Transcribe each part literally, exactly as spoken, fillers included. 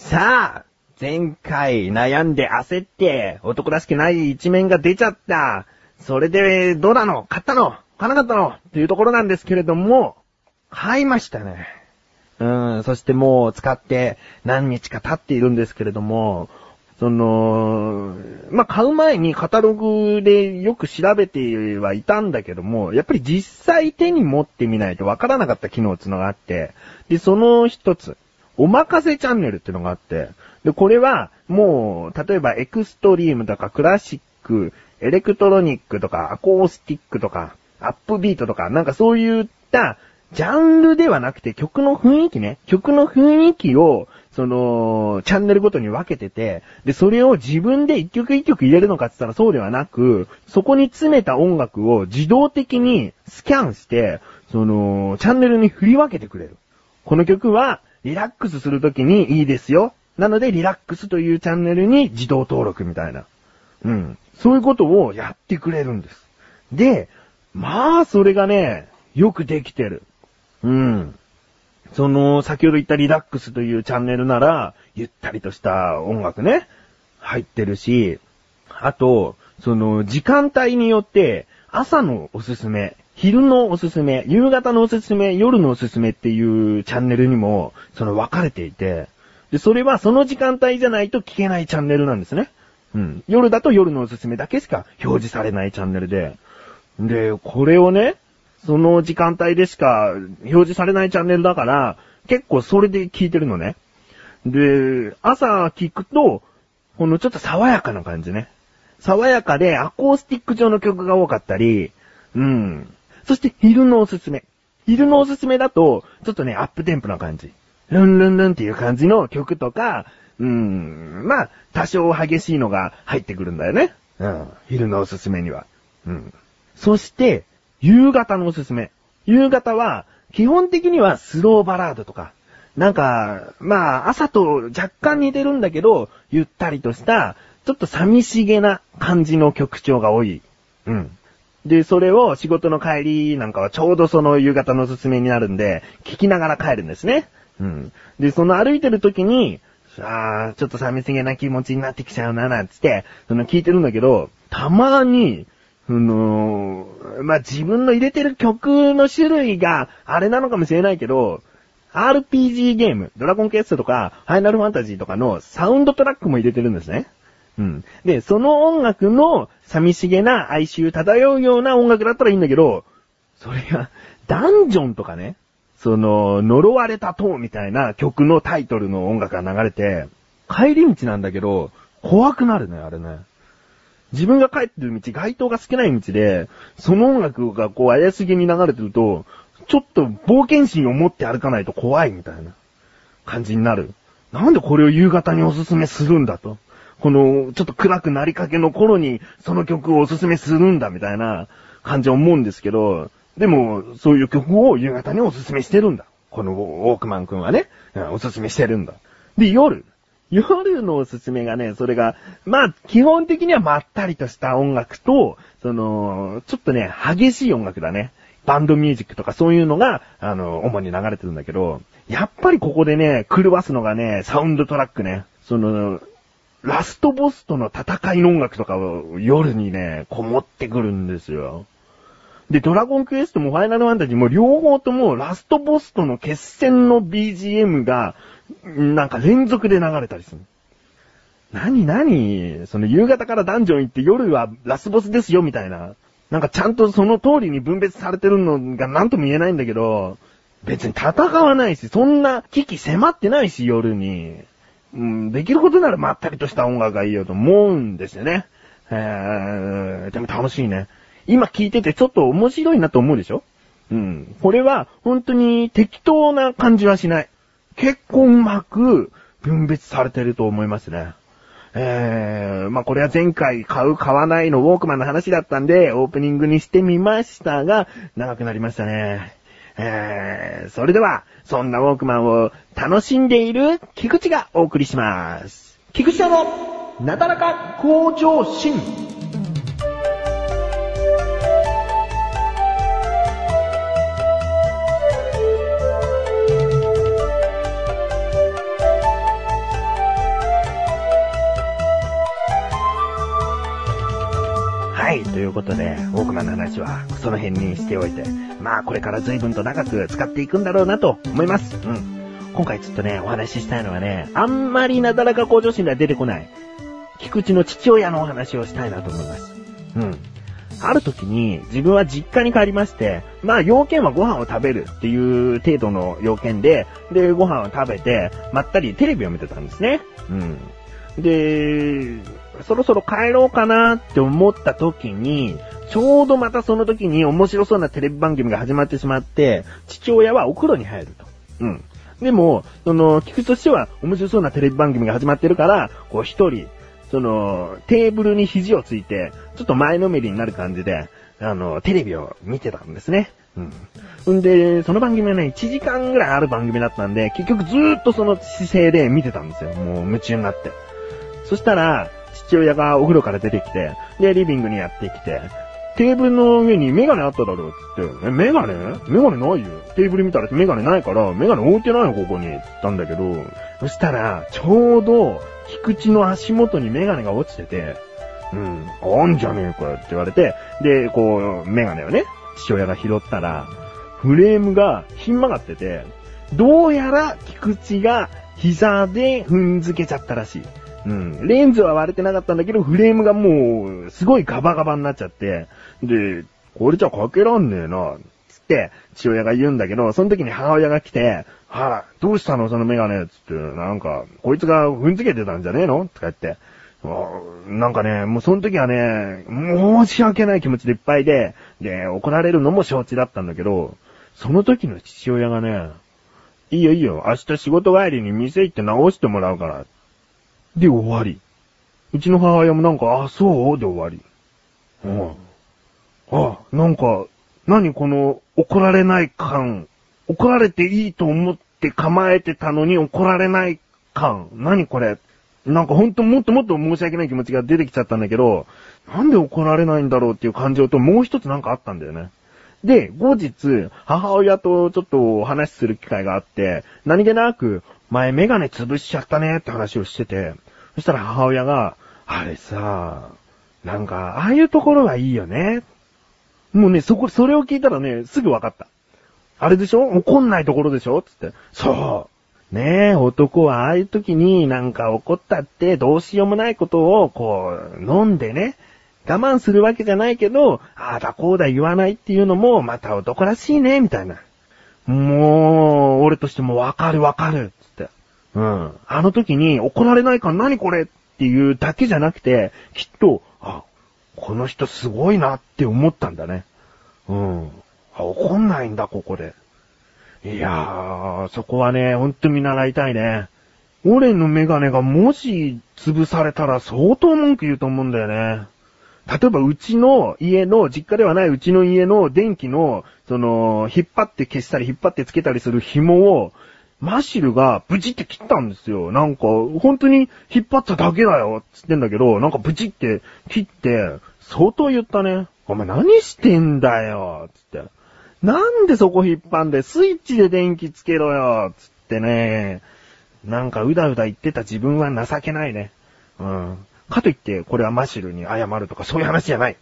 さあ、前回悩んで焦って男らしくない一面が出ちゃった。それでどうなの？買ったの？買わなかったの？っていうところなんですけれども、買いましたね。うん、そしてもう使って何日か経っているんですけれども、その、まあ、買う前にカタログでよく調べてはいたんだけども、やっぱり実際手に持ってみないとわからなかった機能っていうのがあって、で、その一つ、おまかせチャンネルっていうのがあって、で、これはもう、例えばエクストリームとかクラシック、エレクトロニックとかアコースティックとか、アップビートとか、なんかそういったジャンルではなくて曲の雰囲気ね、曲の雰囲気を、その、チャンネルごとに分けてて、で、それを自分で一曲一曲入れるのかって言ったらそうではなく、そこに詰めた音楽を自動的にスキャンして、その、チャンネルに振り分けてくれる。この曲は、リラックスするときにいいですよ。なので、リラックスというチャンネルに自動登録みたいな。うん。そういうことをやってくれるんです。で、まあ、それがね、よくできてる。うん。その、先ほど言ったリラックスというチャンネルなら、ゆったりとした音楽ね、入ってるし、あと、その、時間帯によって、朝のおすすめ、昼のおすすめ、夕方のおすすめ、夜のおすすめっていうチャンネルにも、その分かれていて、で、それはその時間帯じゃないと聞けないチャンネルなんですね。うん。夜だと夜のおすすめだけしか表示されないチャンネルで。で、これをね、その時間帯でしか表示されないチャンネルだから、結構それで聞いてるのね。で、朝聞くと、このちょっと爽やかな感じね。爽やかでアコースティック調の曲が多かったり、うん。そして昼のおすすめ。昼のおすすめだと、ちょっとね、アップテンポな感じ。ルンルンルンっていう感じの曲とか、うん、まあ、多少激しいのが入ってくるんだよね。うん。昼のおすすめには。うん。そして、夕方のおすすめ。夕方は、基本的にはスローバラードとか、なんか、まあ、朝と若干似てるんだけど、ゆったりとした、ちょっと寂しげな感じの曲調が多い。うん。で、それを仕事の帰りなんかはちょうどその夕方のおすすめになるんで、聞きながら帰るんですね。うん。で、その歩いてる時に、あー、ちょっと寂しげな気持ちになってきちゃうな、なんつって、その聞いてるんだけど、たまに、その、まあ、自分の入れてる曲の種類があれなのかもしれないけど、アールピージー ゲーム、ドラゴンクエストとか、ファイナルファンタジーとかのサウンドトラックも入れてるんですね。うん。で、その音楽の寂しげな哀愁漂うような音楽だったらいいんだけど、それが、ダンジョンとかね、その、呪われた塔みたいな曲のタイトルの音楽が流れて、帰り道なんだけど、怖くなるね、あれね。自分が帰ってる道、街灯が少ない道で、その音楽がこう怪しげに流れてると、ちょっと冒険心を持って歩かないと怖いみたいな感じになる。なんでこれを夕方におすすめするんだと。この、ちょっと暗くなりかけの頃に、その曲をおすすめするんだみたいな感じを思うんですけど、でも、そういう曲を夕方におすすめしてるんだ。このウォークマンくんはね、おすすめしてるんだ。で、夜。夜のおすすめがね、それが、まあ、基本的にはまったりとした音楽と、その、ちょっとね、激しい音楽だね。バンドミュージックとかそういうのが、あの、主に流れてるんだけど、やっぱりここでね、狂わすのがね、サウンドトラックね。その、ラストボスとの戦いの音楽とかを夜にね、こもってくるんですよ。で、ドラゴンクエストもファイナルファンタジーも両方ともラストボスとの決戦の ビージーエム が、なんか連続で流れたりする。なになにその夕方からダンジョン行って夜はラスボスですよみたいな。なんかちゃんとその通りに分別されてるのがなんとも言えないんだけど、別に戦わないし、そんな危機迫ってないし夜に。うん、できることならまったりとした音楽がいいよと思うんですよね。えー、でも楽しいね。今聞いててちょっと面白いなと思うでしょ？うん。これは本当に適当な感じはしない。結構うまく分別されてると思いますね。えー、まあ、これは前回買う買わないのウォークマンの話だったんでオープニングにしてみましたが、長くなりましたね。えー、それでは、そんなウォークマンを楽しんでいる菊池がお送りします。菊池のなだらか向上心。 いうことで、ウォークマンの話はその辺にしておいて、まあこれから随分と長く使っていくんだろうなと思います。うん。今回ちょっとね、お話ししたいのはね、あんまりなだらか向上心では出てこない、菊池の父親のお話をしたいなと思います。うん。ある時に自分は実家に帰りまして、まあ要件はご飯を食べるっていう程度の要件で、で、ご飯を食べて、まったりテレビを見てたんですね。うん。で、そろそろ帰ろうかなって思った時に、ちょうどまたその時に面白そうなテレビ番組が始まってしまって、父親はお風呂に入ると。うん。でも、その、聞くとしては面白そうなテレビ番組が始まってるから、こう一人、その、テーブルに肘をついて、ちょっと前のめりになる感じで、あの、テレビを見てたんですね。うん。んで、その番組はね、いちじかんぐらいある番組だったんで、結局ずーっとその姿勢で見てたんですよ。もう夢中になって。そしたら、父親がお風呂から出てきて、で、リビングにやってきて、テーブルの上にメガネあっただろうつって、え、メガネメガネないよ。テーブル見たらメガネないから、メガネ置いてないよ、ここに。つったんだけど、そしたら、ちょうど、菊池の足元にメガネが落ちてて、うん、あんじゃねえかよって言われて、で、こう、メガネをね、父親が拾ったら、フレームがひん曲がってて、どうやら菊池が膝で踏んづけちゃったらしい。うん。レンズは割れてなかったんだけど、フレームがもう、すごいガバガバになっちゃって、で、これじゃかけらんねえな、つって、父親が言うんだけど、その時に母親が来て、はぁ、どうしたのそのメガネつって、なんか、こいつが踏んづけてたんじゃねえのとか言って、なんかね、もうその時はね、申し訳ない気持ちでいっぱいで、で、怒られるのも承知だったんだけど、その時の父親がね、いいよいいよ、明日仕事帰りに店行って直してもらうから。で終わり。うちの母親もなんか、あ、そうで終わり。うん。あ、なんか、何この怒られない感。怒られていいと思って構えてたのに怒られない感。何これ。なんかほんともっともっと申し訳ない気持ちが出てきちゃったんだけど、なんで怒られないんだろうっていう感情ともう一つなんかあったんだよね。で、後日、母親とちょっとお話しする機会があって、何気なく、前メガネ潰しちゃったねって話をしてて、そしたら母親が、あれさ、なんか、ああいうところがいいよね。もうね、そこ、それを聞いたらね、すぐ分かった。あれでしょ？怒んないところでしょ？つって。そう。ねえ、男はああいう時になんか怒ったってどうしようもないことをこう、飲んでね、我慢するわけじゃないけど、ああだこうだ言わないっていうのもまた男らしいね、みたいな。もう、俺としてもわかるわかる、つって。うん。あの時に怒られないから何これっていうだけじゃなくて、きっと、あ、この人すごいなって思ったんだね。うん。あ、怒んないんだ、ここで。いやー、そこはね、ほんと見習いたいね。俺のメガネがもし潰されたら相当文句言うと思うんだよね。例えばうちの家の、実家ではないうちの家の電気の、その、引っ張って消したり引っ張ってつけたりする紐を、マシルがブチって切ったんですよ。なんか、本当に引っ張っただけだよ、つってんだけど、なんかブチって切って、相当言ったね。お前何してんだよ、つって。なんでそこ引っ張んで、スイッチで電気つけろよ、つってね。なんかうだうだ言ってた自分は情けないね。うん。かといって、これはマシルに謝るとかそういう話じゃない。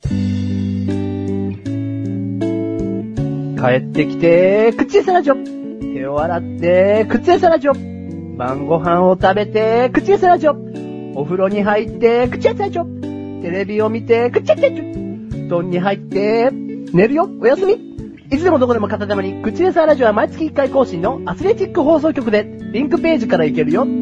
帰ってきて、口エサラジョ。手を洗って、口エサラジョ。晩ご飯を食べて、口エサラジョ。お風呂に入って、口エサラジョ。テレビを見て、口エサラジョ。布団に入って、寝るよ、おやすみ。いつでもどこでも片手間に、口エサラジオは毎月いっかい更新のアスレチック放送局で、リンクページから行けるよ。どこ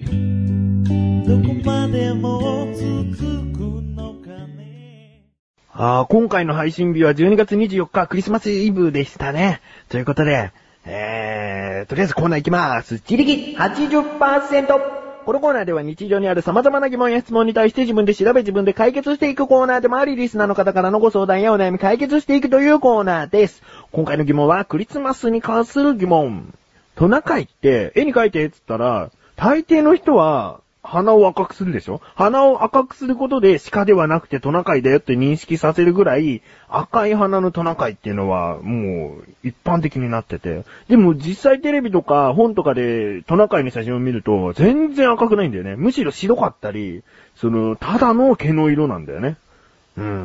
までも続くのかね。あー、今回の配信日はじゅうにがつにじゅうよっかクリスマスイブでしたね。ということで、えー、とりあえずコーナー行きます。自力 はちじゅっパーセント。このコーナーでは日常にある様々な疑問や質問に対して自分で調べ自分で解決していくコーナーでもあり、リスナーの方からのご相談やお悩み解決していくというコーナーです。今回の疑問はクリスマスに関する疑問。トナカイって絵に描いてって言ったら、大抵の人は鼻を赤くするでしょ？鼻を赤くすることで鹿ではなくてトナカイだよって認識させるぐらい赤い鼻のトナカイっていうのはもう一般的になってて。でも実際テレビとか本とかでトナカイの写真を見ると全然赤くないんだよね。むしろ白かったり、そのただの毛の色なんだよね。うん。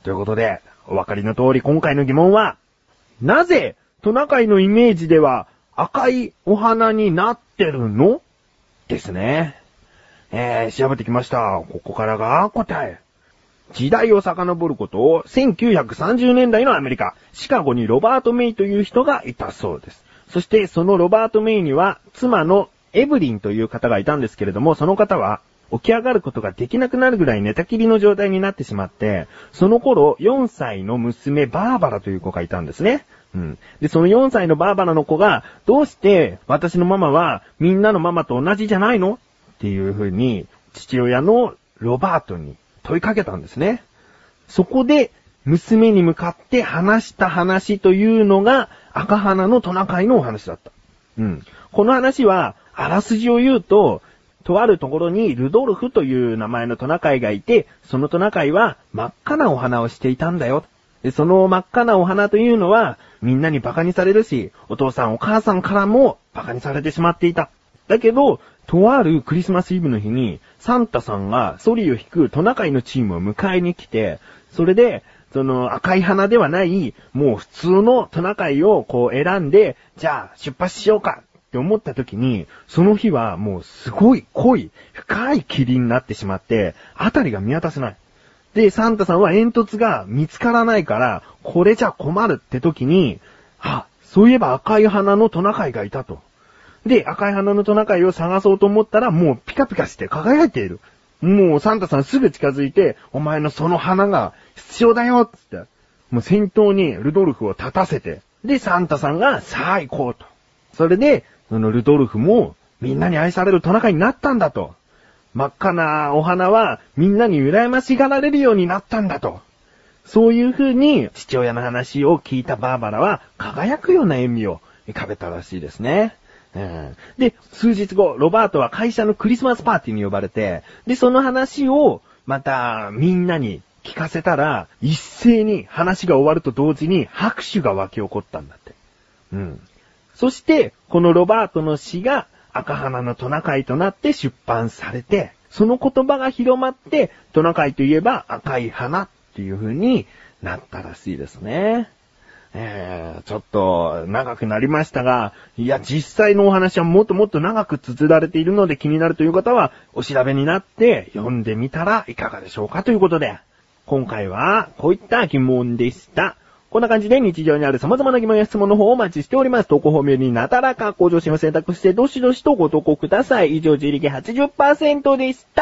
ということで、お分かりの通り今回の疑問は、なぜトナカイのイメージでは赤いお花になってるの？ですね。えー、調べてきました。ここからが答え。時代を遡ることをせんきゅうひゃくさんじゅうねんだいのアメリカ、シカゴにロバート・メイという人がいたそうです。そしてそのロバート・メイには妻のエブリンという方がいたんですけれども、その方は起き上がることができなくなるぐらい寝たきりの状態になってしまって、その頃よんさいの娘バーバラという子がいたんですね。うん。で、そのよんさいのバーバラの子が、どうして私のママはみんなのママと同じじゃないの？っていう風に父親のロバートに問いかけたんですね。そこで娘に向かって話した話というのが赤鼻のトナカイのお話だった。うん。この話はあらすじを言うと、とあるところにルドルフという名前のトナカイがいて、そのトナカイは真っ赤なお花をしていたんだよ。で、その真っ赤なお花というのはみんなにバカにされるし、お父さんお母さんからもバカにされてしまっていた。だけど、とあるクリスマスイブの日にサンタさんがソリを引くトナカイのチームを迎えに来て、それでその赤い花ではないもう普通のトナカイをこう選んで、じゃあ出発しようかって思った時に、その日はもうすごい濃い深い霧になってしまって辺りが見渡せない。で、サンタさんは煙突が見つからないからこれじゃ困るって時に、あ、そういえば赤い花のトナカイがいたと。で、赤い花のトナカイを探そうと思ったらもうピカピカして輝いている。もうサンタさんすぐ近づいて、お前のその花が必要だよって言って、もう先頭にルドルフを立たせて、で、サンタさんがさあ行こうと。それで、そのルドルフもみんなに愛されるトナカイになったんだと。真っ赤なお花はみんなに羨ましがられるようになったんだと。そういう風に父親の話を聞いたバーバラは輝くような笑みを浮かべたらしいですね。うん、で、数日後、ロバートは会社のクリスマスパーティーに呼ばれて、で、その話をまたみんなに聞かせたら、一斉に話が終わると同時に拍手が湧き起こったんだって。うん。そして、このロバートの詩が赤花のトナカイとなって出版されて、その言葉が広まって、トナカイといえば赤い花っていう風になったらしいですね。えー、ちょっと長くなりましたが、いや実際のお話はもっともっと長く綴られているので気になるという方はお調べになって読んでみたらいかがでしょうかということで、今回はこういった疑問でした。こんな感じで日常にある様々な疑問や質問の方をお待ちしております。投稿フォームよりなだらか向上心を選択してどしどしとご投稿ください。以上自力 はちじゅっパーセント でした。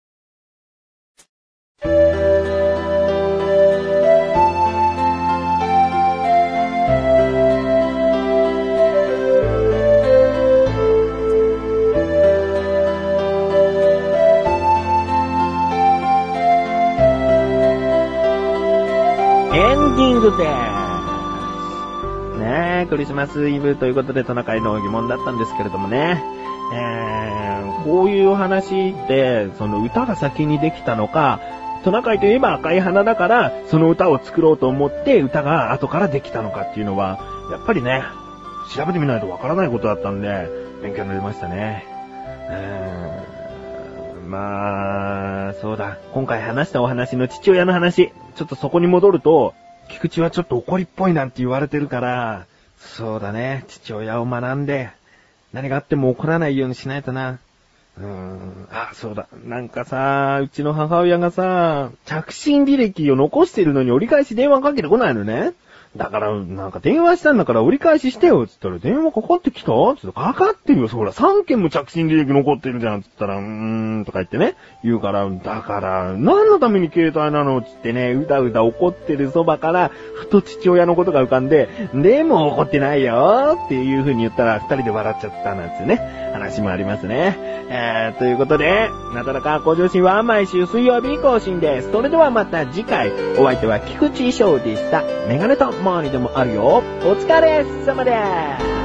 エンディングでーす。ねえ、クリスマスイブということでトナカイの疑問だったんですけれどもね。えー、こういうお話って、その歌が先にできたのか、トナカイといえば赤い花だから、その歌を作ろうと思って歌が後からできたのかっていうのは、やっぱりね、調べてみないとわからないことだったんで、勉強になりましたね。えー、まあ、そうだ。今回話したお話の父親の話、ちょっとそこに戻ると、菊池はちょっと怒りっぽいなんて言われてるから、そうだね、父親を学んで、何があっても怒らないようにしないとな。うーん、あ、そうだ。なんかさ、うちの母親がさ、着信履歴を残してるのに折り返し電話かけてこないのね。だから、なんか電話したんだから折り返ししてよ、つったら電話かかってきたつったらかかってるよ、そら、さんけんも着信履歴残ってるじゃん、つったら、うーん、とか言ってね、言うから、だから、何のために携帯なのつってね、うだうだ怒ってるそばから、ふと父親のことが浮かんで、でも怒ってないよ、っていう風に言ったら、二人で笑っちゃったなんてね、話もありますね。えー、ということで、なだらか向上心は毎週水曜日更新です。それではまた次回、お相手は菊池翔でした。メガネとマーニでもあるよ。お疲れ様です。